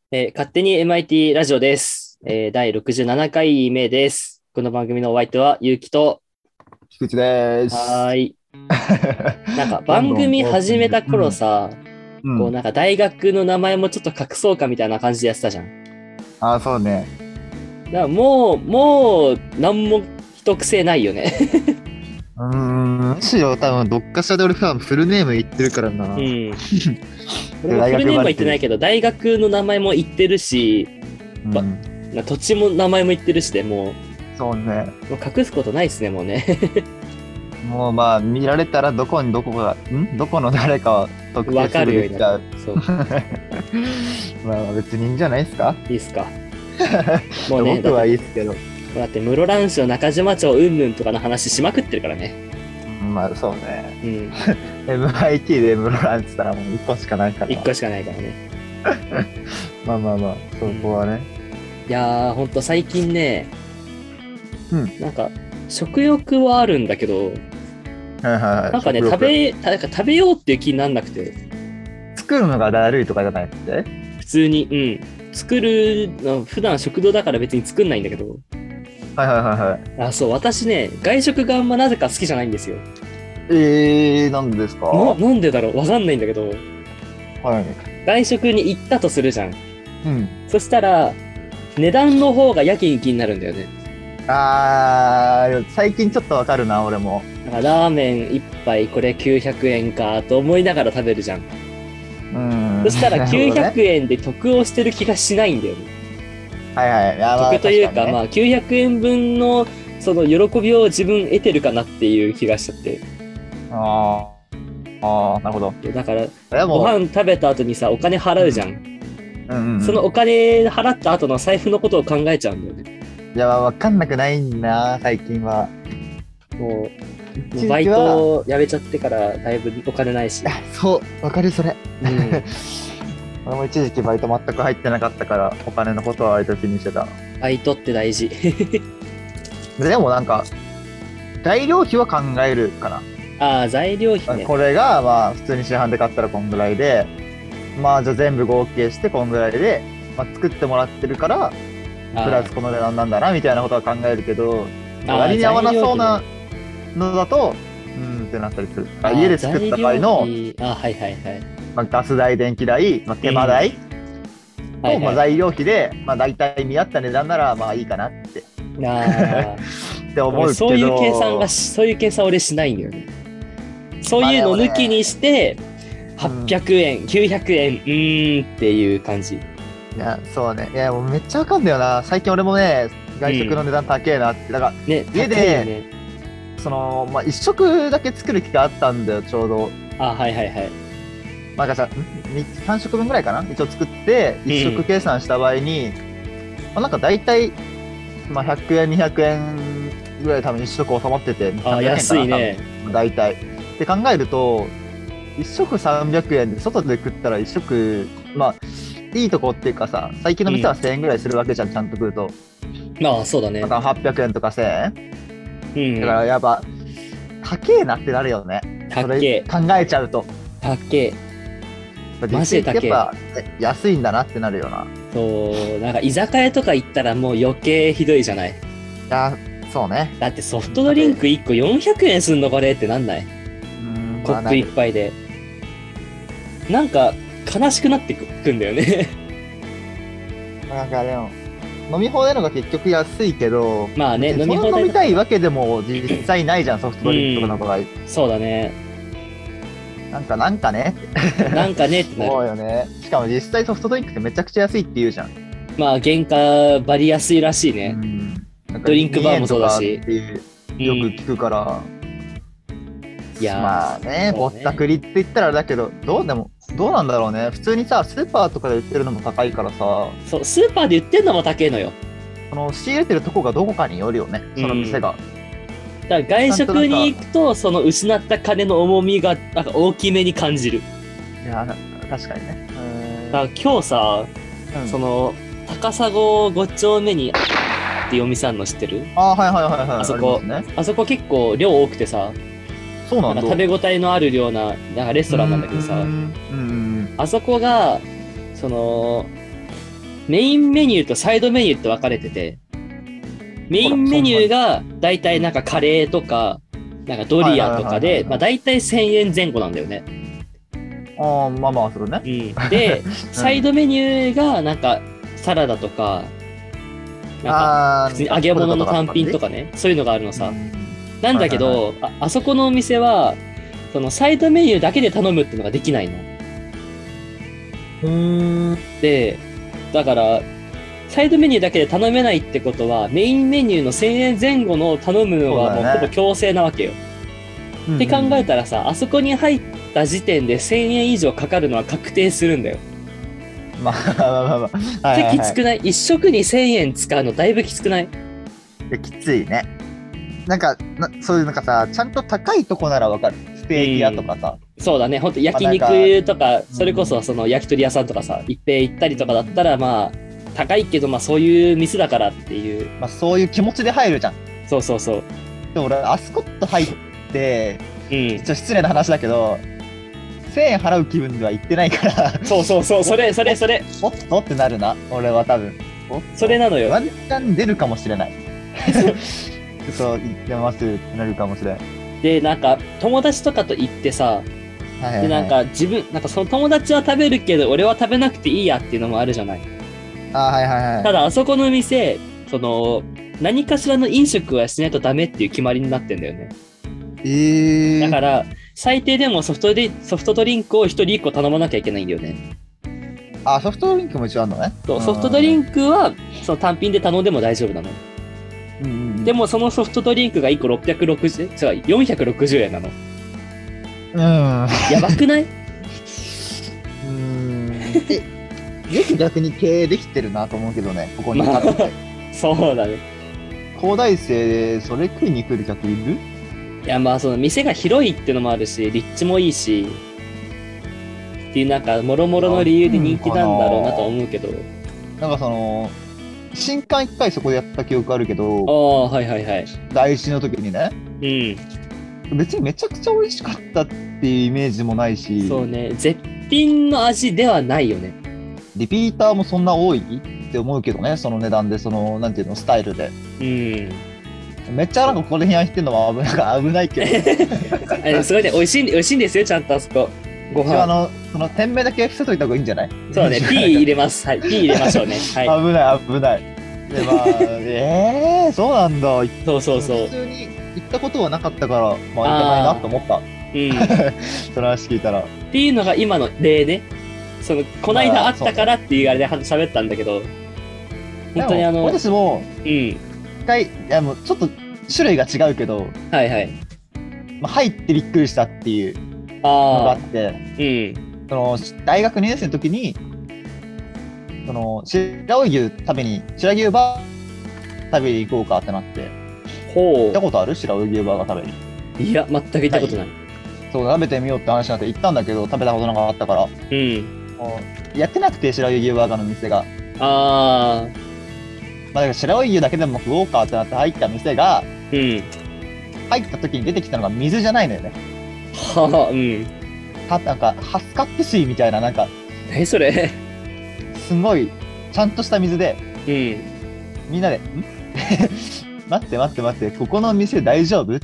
勝手に MIT ラジオです。第67回目です。この番組のお相手は、ゆうきと、 菊池です。 はーい。なんかどん番組どんオープ始めたニング。うん。 頃さ、 うん。 こうなんか大学の名前もちょっと隠そうかみたいな感じでやってたじゃん。 ああ、そうね。 だからもう、なんも一癖ないよね。 むしろ多分どっかしらで俺多分フルネーム言ってるからうな。 ん。俺で、大もフルネームは学バレてる。 言ってないけど、大学の名前も言ってるし、ばうん。 土地も名前も言ってるしで、 そうね。 もう隠すことないっすね、もうね。 もうまあ見られたらどこにどこが、どこの誰かを特定わすかるようになる。 ぐできちゃう。 そう。 まあ別にいいんじゃないですか。 いいっすか。もうね、だ僕はいいって、 ですけど。 室蘭市の中島町うんぬんとかの話しまくってるからね。 まあそうね。 うん。 MIT で室蘭って言ったらもう一個しかないから。 一個しかないからね。 まあまあまあ、そこうん。 はね。 いやー、ほんと最近ね、 うん。 なんか、食欲はあるんだけど、 はいはいはい。 なんかね、 食欲。 なんか食べようっていう気になんなくて、 作るのがだるいとかじゃないって。 普通に、作るの、普段食堂だから別に作んないんだけど、 はいはいはいはい。 あ、そう、私ね、外食があんまなぜか好きじゃないんですよ。 なんでですか？はなんでだろうわかんないんだけど、 い。 外食に行ったとするじゃん。 うん。 そしたら、値段の方がやけに気になるんだよね。 最近ちょっとわかるな、俺も。 なんかラーメン一杯これ900円かと思いながら食べるじゃん。 うん。 そしたら900 なるほどね。 円で得をしてる気がしないんだよね。 はいはい。いや、ま得あというか、 確かにね。 900円分のその喜びを自分得てるかなっていう気がしちゃって。 あなるほど。 だから、ごでも、 飯食べた後にさ、お金うん。 払うじゃん。 うんうんうん。 そのお金払った後の財布のことを考えちゃうんだよね。 いや、まあわかんなくないんだな、最近は。 もう一時バイ期は、 トやめちゃってからだいぶお金ないし。 そう、わかる、それ。 うん。 俺も一時期バイト全く入ってなかったから、お金のことは割と気にしてた。 バイトって大事。 でもなんか、材料費は考えるかな。 ああ、材料費ね。 これが、まあ、普通に市販で買ったらこんぐらいで、まあ、じゃあ全部合計してこんぐらいで、まあ、作ってもらってるから、プラあスこの値段なんだな、みたいなことは考えるけど、 あ、材割に合わな料費ね。 そうなのだと、ってなったりする。家で作っ材料た場合の、 費。はいはいはい。 まあ、ガス代、電気代、まあ、手間うん。 代と、まあ、 はいはい。 材料費で、まあ、大体見合った値段なら、まあいいかなって、 ああ、 って思俺うけど、 そういう計算俺しないんだよね。そうまあでもいうの抜きにね、 して、 うん。 800円、900円、っていう感じ。 いや、そうね。いや、もうめっちゃわかんだよな。最近俺もね、外食のうん。 値段高えなって。だから、 ね、 家で、 高いよね。 まあ、一食だけ作る機会あったんだよ、ちょうど。 はいはいはい。 まあ、だからさ、3食分ぐらいかな一応作って、一食うん。 計算した場合に、まあ、なんか大体、まあ、100円、200円ぐらい多分一食収まってて、300円かな多分。 安いね。 大体。って考えると、一食300円で外で食ったら一食、まあ、いいとこっていうかさ、最近の店はうん。 1000円ぐらいするわけじゃん、ちゃんと食うと。 そうだね。 また800円とか1000円だかうん。 らやっぱ、高えなってなるよね。それ高え。 考えちゃうと。 高え。マジ自炊ってやっで高え。 ぱ安いんだなってなるよな。 そう、なんか居酒屋とか行ったらもう余計ひどいじゃない。 いや、そうね。 だってソフトドリンクだって、 1個400円すんのこれってなんない？コップ一まあなる。 杯で。なんか悲しくなってくんだよね。 なんかでも、飲み放題のが結局安いけど、 まあね、 別に飲み放そんな飲み題だったら。 たいわけでも実際ないじゃん、ソフトうドリンクとかのん、 場合。 そうだね。 なんかねってなんかねってな思る。 うよね。しかも実際ソフトドリンクってめちゃくちゃ安いって言うじゃん。 まあ原価バリ安いらしいね。 なんかドリンクバー 2 も円とかっそうだし。 ていううん。 よく聞くから、 いやまあね、 ー、 ぼったくそうね。 りって言ったらあれだけど、どうなんだろうね。普通にさ、スーパーとかで売ってるのも高いからさ、 そう、スーパーで売ってんのも高いのよ。 仕入れてるとこがどこかによるよね、 うその店ん。 が。 だから外ちゃんとなん食にか、 行くと、その失った金の重みがなんか大きめに感じる。 いや、確かにね。 だから今日さ、 うん。 その、高砂5丁目にっていうお店あるの知ってる？ はいはいはいはい、 あそこ。 ありますね。 あそこ結構量多くてさ、 そうなんだ。 なんか食べ応えのあるような、なんかレストランなんだけどさ、 うん。 あそこが、その、 メインメニューとサイドメニューって分かれてて、メインメニューがだいたいなんかカレーとか、なんかドリアとかで、まあだいたい1000円前後なんだよね。 ああ、まあまあ、それね。 で、サイドメニューがなんかサラダとか、なんか普通に揚げ物の単品とかね、そういうのがあるのさ。なんだけど、あそこのお店は、そのサイドメニューだけで頼むっていうのができないの。で、だから、サイドメニューだけで頼めないってことは、メインメニューの1000円前後の頼むのはもうほぼ強制なわけよ。って考えたらさ、あそこに入った時点で1000円以上かかるのは確定するんだよ。 まあまあまあまあ。 きつくない？一食に1000円使うのだいぶきつくない？ いや、きついね。なんかそういうなんかさ、ちゃんと高いとこならわかる。ステーキ屋とかさ。 そうだね、ほんと焼肉とか、それこそその焼き鳥屋さんとかさ、一平行ったりとかだったら、まあ、高いけど、まあそういう店だからっていう。 まあそういう気持ちで入るじゃん。 そうそうそう。 でも俺、あそこっと入って、ちょっと失礼な話だけど、1000円払う気分では行ってないからそうそうそう、それ。 おっとってなるな、俺は多分。 それなのよ。 ワンチャン出るかもしれない。そう、行ってますってなるかもしれない。 で、なんか、友達とかと行ってさ、で、なんかなんかその友達は食べるけど、俺は食べなくていいやっていうのもあるじゃない。ただ、あそこの店、その、何かしらの飲食はしないとダメっていう決まりになってんだよね。だから、最低でもソフトドリンクを1人1個頼まなきゃいけないんだよね。 あ、ソフトドリンクも一応あるのね。 そう、ソフトドリンクはその単品で頼んでも大丈夫なの。でもそのソフトドリンクが1個460円なの。やばくない？ よく逆に経営できてるなと思うけどね、ここに立ってて。 そうだね。 高大生でそれ食いに来る客いる？ いや、まあその店が広いってのもあるし、立地もいいし、っていうなんかもろもろの理由で人気なんだろうなと思うけど。 なんかその新刊1回そこでやった記憶あるけど、 はい。 第一の時にね、別にめちゃくちゃ美味しかったっていうイメージもないし、 そうね、絶品の味ではないよね。 リピーターもそんな多いって思うけどね、その値段で、そのなんていうの、スタイルで。めっちゃなんかここで批判してるのは危ないけど。すごいね、美味しいんですよ、ちゃんとあそこ。ご飯。 その店名だけ伏せといた方がいいんじゃない？ そうね、P 入れます。はい、P 入れましょうね。 はい。危ない。で、まあ、そうなんだ。 そう。 普通に行ったことはなかったから、まあ、行かないなと思った。その話聞いたら。っていうのが今の例ね。こないだあったからっていうあれで喋ったんだけど、本当に私も、一回、いやもうちょっと種類が違うけど、まあ、入ってびっくりしたっていうのがあって、その大学2年生の時に、その白老牛食べに、白牛バー食べに行こうかってなって、行ったことある？白老牛バーガー食べに。 いや、全く行ったことない。 そう、食べてみようって話になって行ったんだけど、食べたことなかったから。やってなくて、白老牛バーガーの店が。まあ、だから白老牛だけでも食おうかってなって入った店が、入った時に出てきたのが水じゃないのよね。なんか、ハスカップ水みたいな、なんか、 それすごい、ちゃんとした水で、みんなで、待って、ここの店大丈夫って、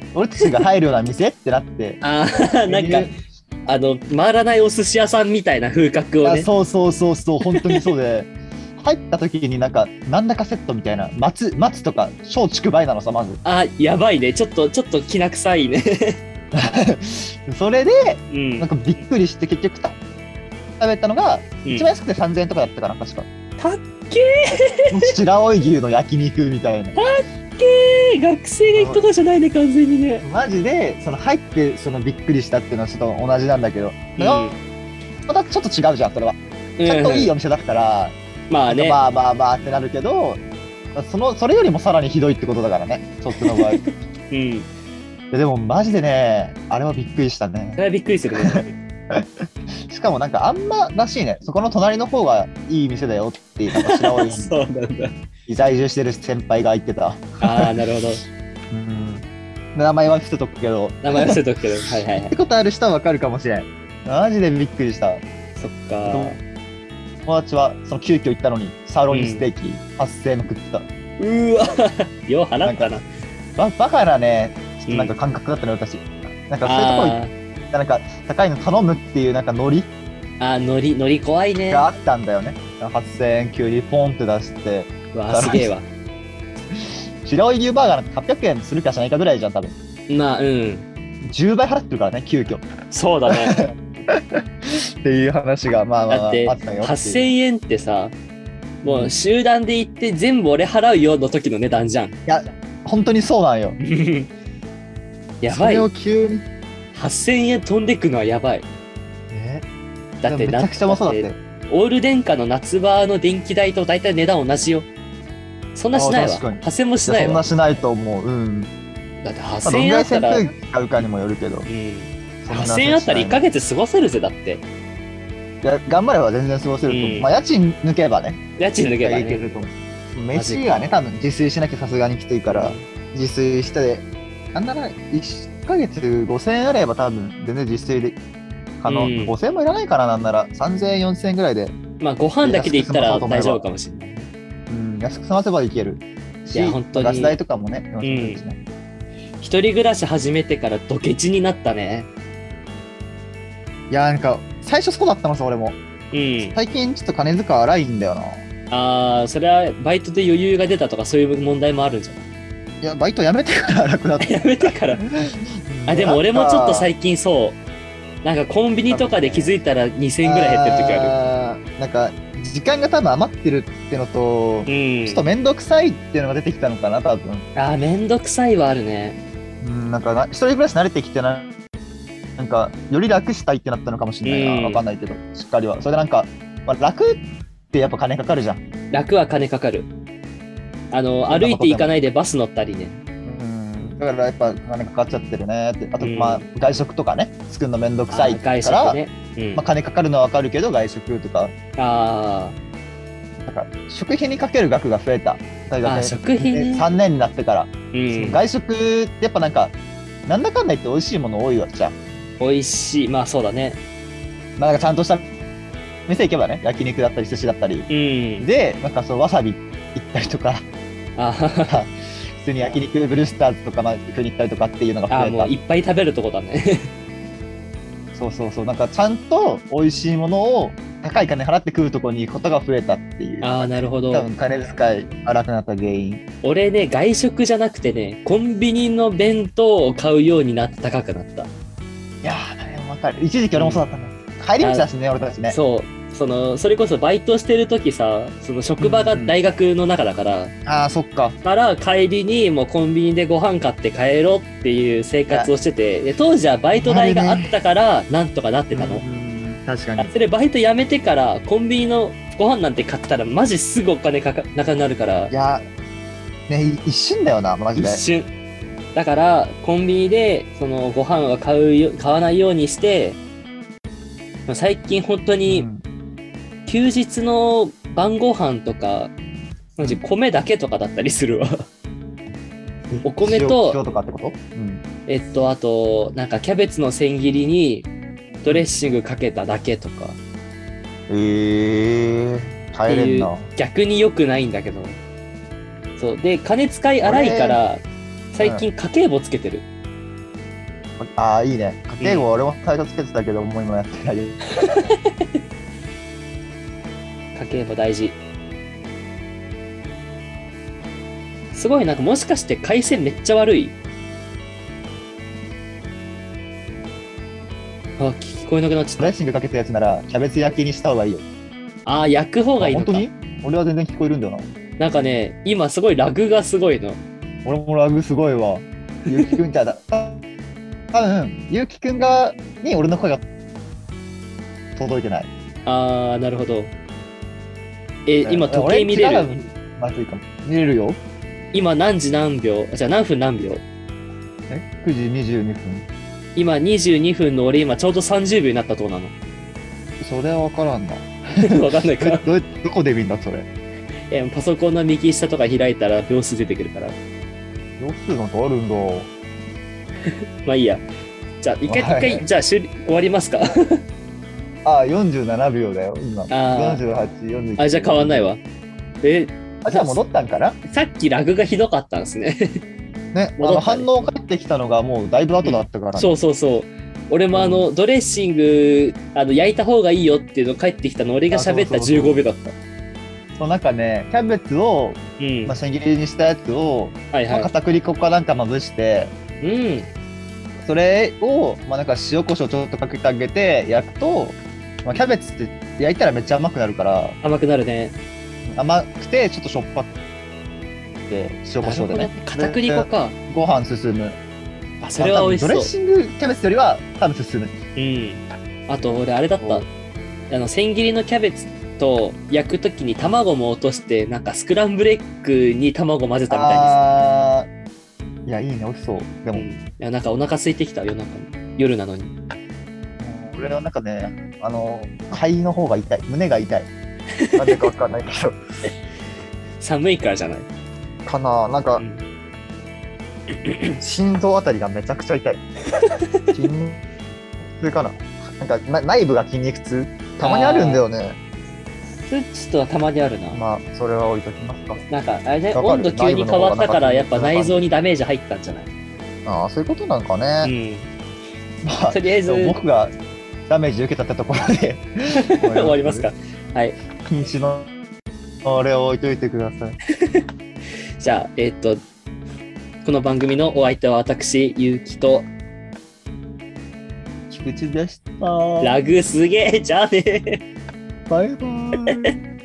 俺たちが入るような店ってなって。 なんか、回らないお寿司屋さんみたいな風格をね。 そう、本当にそうで、入った時になんか、なんだかセットみたいな、松とか、松竹梅なのさ、まず。 やばいね。ちょっときな臭いね。 それで、なんかびっくりして結局食べたのが、一番安くて3000円とかだったかな、確か。 たっけー白老牛の焼肉みたいな。 たっけー学生が行くとかじゃないね、完全にね。 マジで、入ってびっくりしたっていうのはちょっと同じなんだけど、またちょっと違うじゃん、それは。ちゃんといいお店だったら、 まあね。 まあってなるけど、それよりもさらにひどいってことだからね、そっちの場合。でもマジでね、あれはびっくりしたね。 それはびっくりするね。 しかもなんかあんまらしいね、そこの隣の方がいい店だよっていう、なんか白老に在住してる先輩が言ってた。 なるほど。 名前は伏せとくけど。 はい。 ってことある人はわかるかもしれん。マジでびっくりした。 そっか。 友達はその急遽行ったのにサーロインステーキ8000円も食ってた。 わよう払ったな。 バカなね、ちょっとなんか感覚だったね、私。なんかそういうとこ行って、なんか高いの頼むっていうなんかノリノリ怖いね。 があったんだよね。8000円急にポンって出して。 わすげえわ。 白い牛バーガーなんて800円するかしないかぐらいじゃん、多分。 まあ、 10倍払ってるからね、急遽。 そうだね。 っていう話が、まあだってあったよ。 8000円ってさ、もう集団で行って全部俺払うよの時の値段じゃん。いや、本当にそうなんよ。 やばい。 それを急に。 8000円飛んでくのはやばい。だってめちゃくちゃうまそうだって。 オール電化の夏場の電気代と大体値段同じよ。そんなしないわ。8000もしないわ。 そんなしないと思う。 だって8000円あったら。 どんぐらい扇風機買うかにもよるけど。 8000円あったら1ヶ月過ごせるぜ、だって。 いや、頑張れば全然過ごせると思う。まあ、家賃抜けばね。 家賃抜けばね。 飯がね、多分自炊しなきゃさすがにきついから、自炊して、なんなら1ヶ月5000円あれば多分全然自炊で、5000円もいらないかな、なんなら3000円、4000円ぐらいで。 まあ、ご飯だけで言ったら大丈夫かもしれない。 安く済ませばいける。 いや、本当に。 ガス代とかもね、 一人暮らし始めてからドケチになったね。 いや、なんか、最初そうだったのさ、俺も。最近ちょっと金遣い荒いんだよな。それはバイトで余裕が出たとかそういう問題もあるんじゃない？ いや、バイトやめてから荒くなった。 やめてからでも俺もちょっと最近そう。なんかコンビニとかで気づいたら2000円ぐらい減ってる時ある。なんか、時間が多分余ってるってのと、ちょっとめんどくさいっていうのが出てきたのかな、多分。 めんどくさいはあるね。 なんか、一人暮らし慣れてきてなんか、より楽したいってなったのかもしれないな。わかんないけど、しっかりは。それでなんか、楽ってやっぱ金かかるじゃん。 楽は金かかる。歩いて行かないでバス乗ったりね。 だからやっぱ金かかっちゃってるねって。あと、まあ、外食とかね、作るのめんどくさいから、まあ、金かかるのはわかるけど、外食とか。なんか、食費にかける額が増えた。 食費ね。 3年になってから。外食ってやっぱなんか、なんだかんだ言って美味しいもの多いわけじゃん。 美味しい。まあそうだね。 まあなんかちゃんとした店行けばね、焼肉だったり寿司だったり。で、なんかそうわさび行ったりとか、普通に焼肉ブルースターズとか食いに行ったりとかっていうのが増えた。 もういっぱい食べるとこだね。 そう。なんかちゃんと美味しいものを高い金払って食うとこに行くことが増えたっていう。 なるほど。 多分金遣い荒くなった原因。 俺ね、外食じゃなくてね、コンビニの弁当を買うようになって高くなった。 いやー、わかる。一時期俺もそうだったんだ。帰り道だしね、俺たちね。 そう。それこそバイトしてる時さ、その職場が大学の中だから、 そっか。 から帰りにもうコンビニでご飯買って帰ろうっていう生活をしてて、で当時はバイト代があったからなんとかなってたの。 確かに。 それバイトやめてからコンビニのご飯なんて買ったらマジすぐお金なくなるから。 いや、ね、一瞬だよな、マジで。 一瞬。だからコンビニでそのご飯は買わないようにして、最近本当に、休日の晩ご飯とか、マジ米だけとかだったりするわ。お米と、 塩とかってこと？ あと、なんかキャベツの千切りにドレッシングかけただけとか。 耐えれんな。 逆に良くないんだけど。そう。で、金使い荒いから、最近家計簿つけてる。 いいね。家計簿俺も最初つけてたけど、もう今やってない。 家計簿大事。すごいなんかもしかして回線めっちゃ悪い？聞こえなくなっちゃった。 ドレッシングかけたやつならキャベツ焼きにした方がいいよ。 焼く方がいいのか。 本当に？俺は全然聞こえるんだよな。 なんかね、今すごいラグがすごいの。 俺もラグすごいわ。ゆうきくんじゃだ。多分ゆうきくん側に俺の声が届いてない。 なるほど。今時計見れる？ まずいかも。見れるよ。 今何時何秒？じゃあ何分何秒？ 9時22分。 今22分の俺今ちょうど30秒になったとこなの。 それは分からんな。 分かんないか。 どこで見んだそれ。 パソコンの右下とか開いたら秒数出てくるから。 秒数なんかあるんだ。 まあいいや。じゃあ一回じゃあ終わりますか。 47秒だよ、今。48、49。 じゃあ変わんないわ。 じゃあ戻ったんかな。 さっきラグがひどかったんですね。 ね、反応返ってきたのがもうだいぶ後だったから、ね。 そうそうそう。俺もドレッシング焼いた方がいいよっていうの返ってきたの俺が喋った15秒だった。 そうなんかね、キャベツを、千切りにしたやつを、片栗粉かなんかまぶして、それを、なんか塩コショウちょっとかけてあげて焼くと、キャベツって焼いたらめっちゃ甘くなるから。 甘くなるね。 甘くてちょっとしょっぱくて塩コショウでね。 片栗粉か。 ご飯進む。 それは美味しそう。 ドレッシングキャベツよりは多分進む。 あと俺あれだった。千切りのキャベツと焼くときに卵も落としてなんかスクランブルエッグに卵混ぜたみたいです。いやいいね、美味しそう。でも、 いやなんかお腹空いてきた夜なのに。 俺はなんかね、肺の方が痛い、胸が痛い。なんでかわかんないけど。 寒いからじゃないかな。なんか、心臓あたりがめちゃくちゃ痛い。筋肉痛かな。なんか内部が筋肉痛たまにあるんだよね。 スッチとはたまにあるな。 まあそれは置いときますか。 なんかあれね、温度急に変わったからやっぱ内臓にダメージ入ったんじゃない？ そういうことなんかね。 とりあえず僕がダメージ受けたってところで終わりますか。はい。 禁止のあれを置いといてください。 じゃあこの番組のお相手は私ゆうきと菊池でした。 ラグすげえじゃあね。 バイバイ。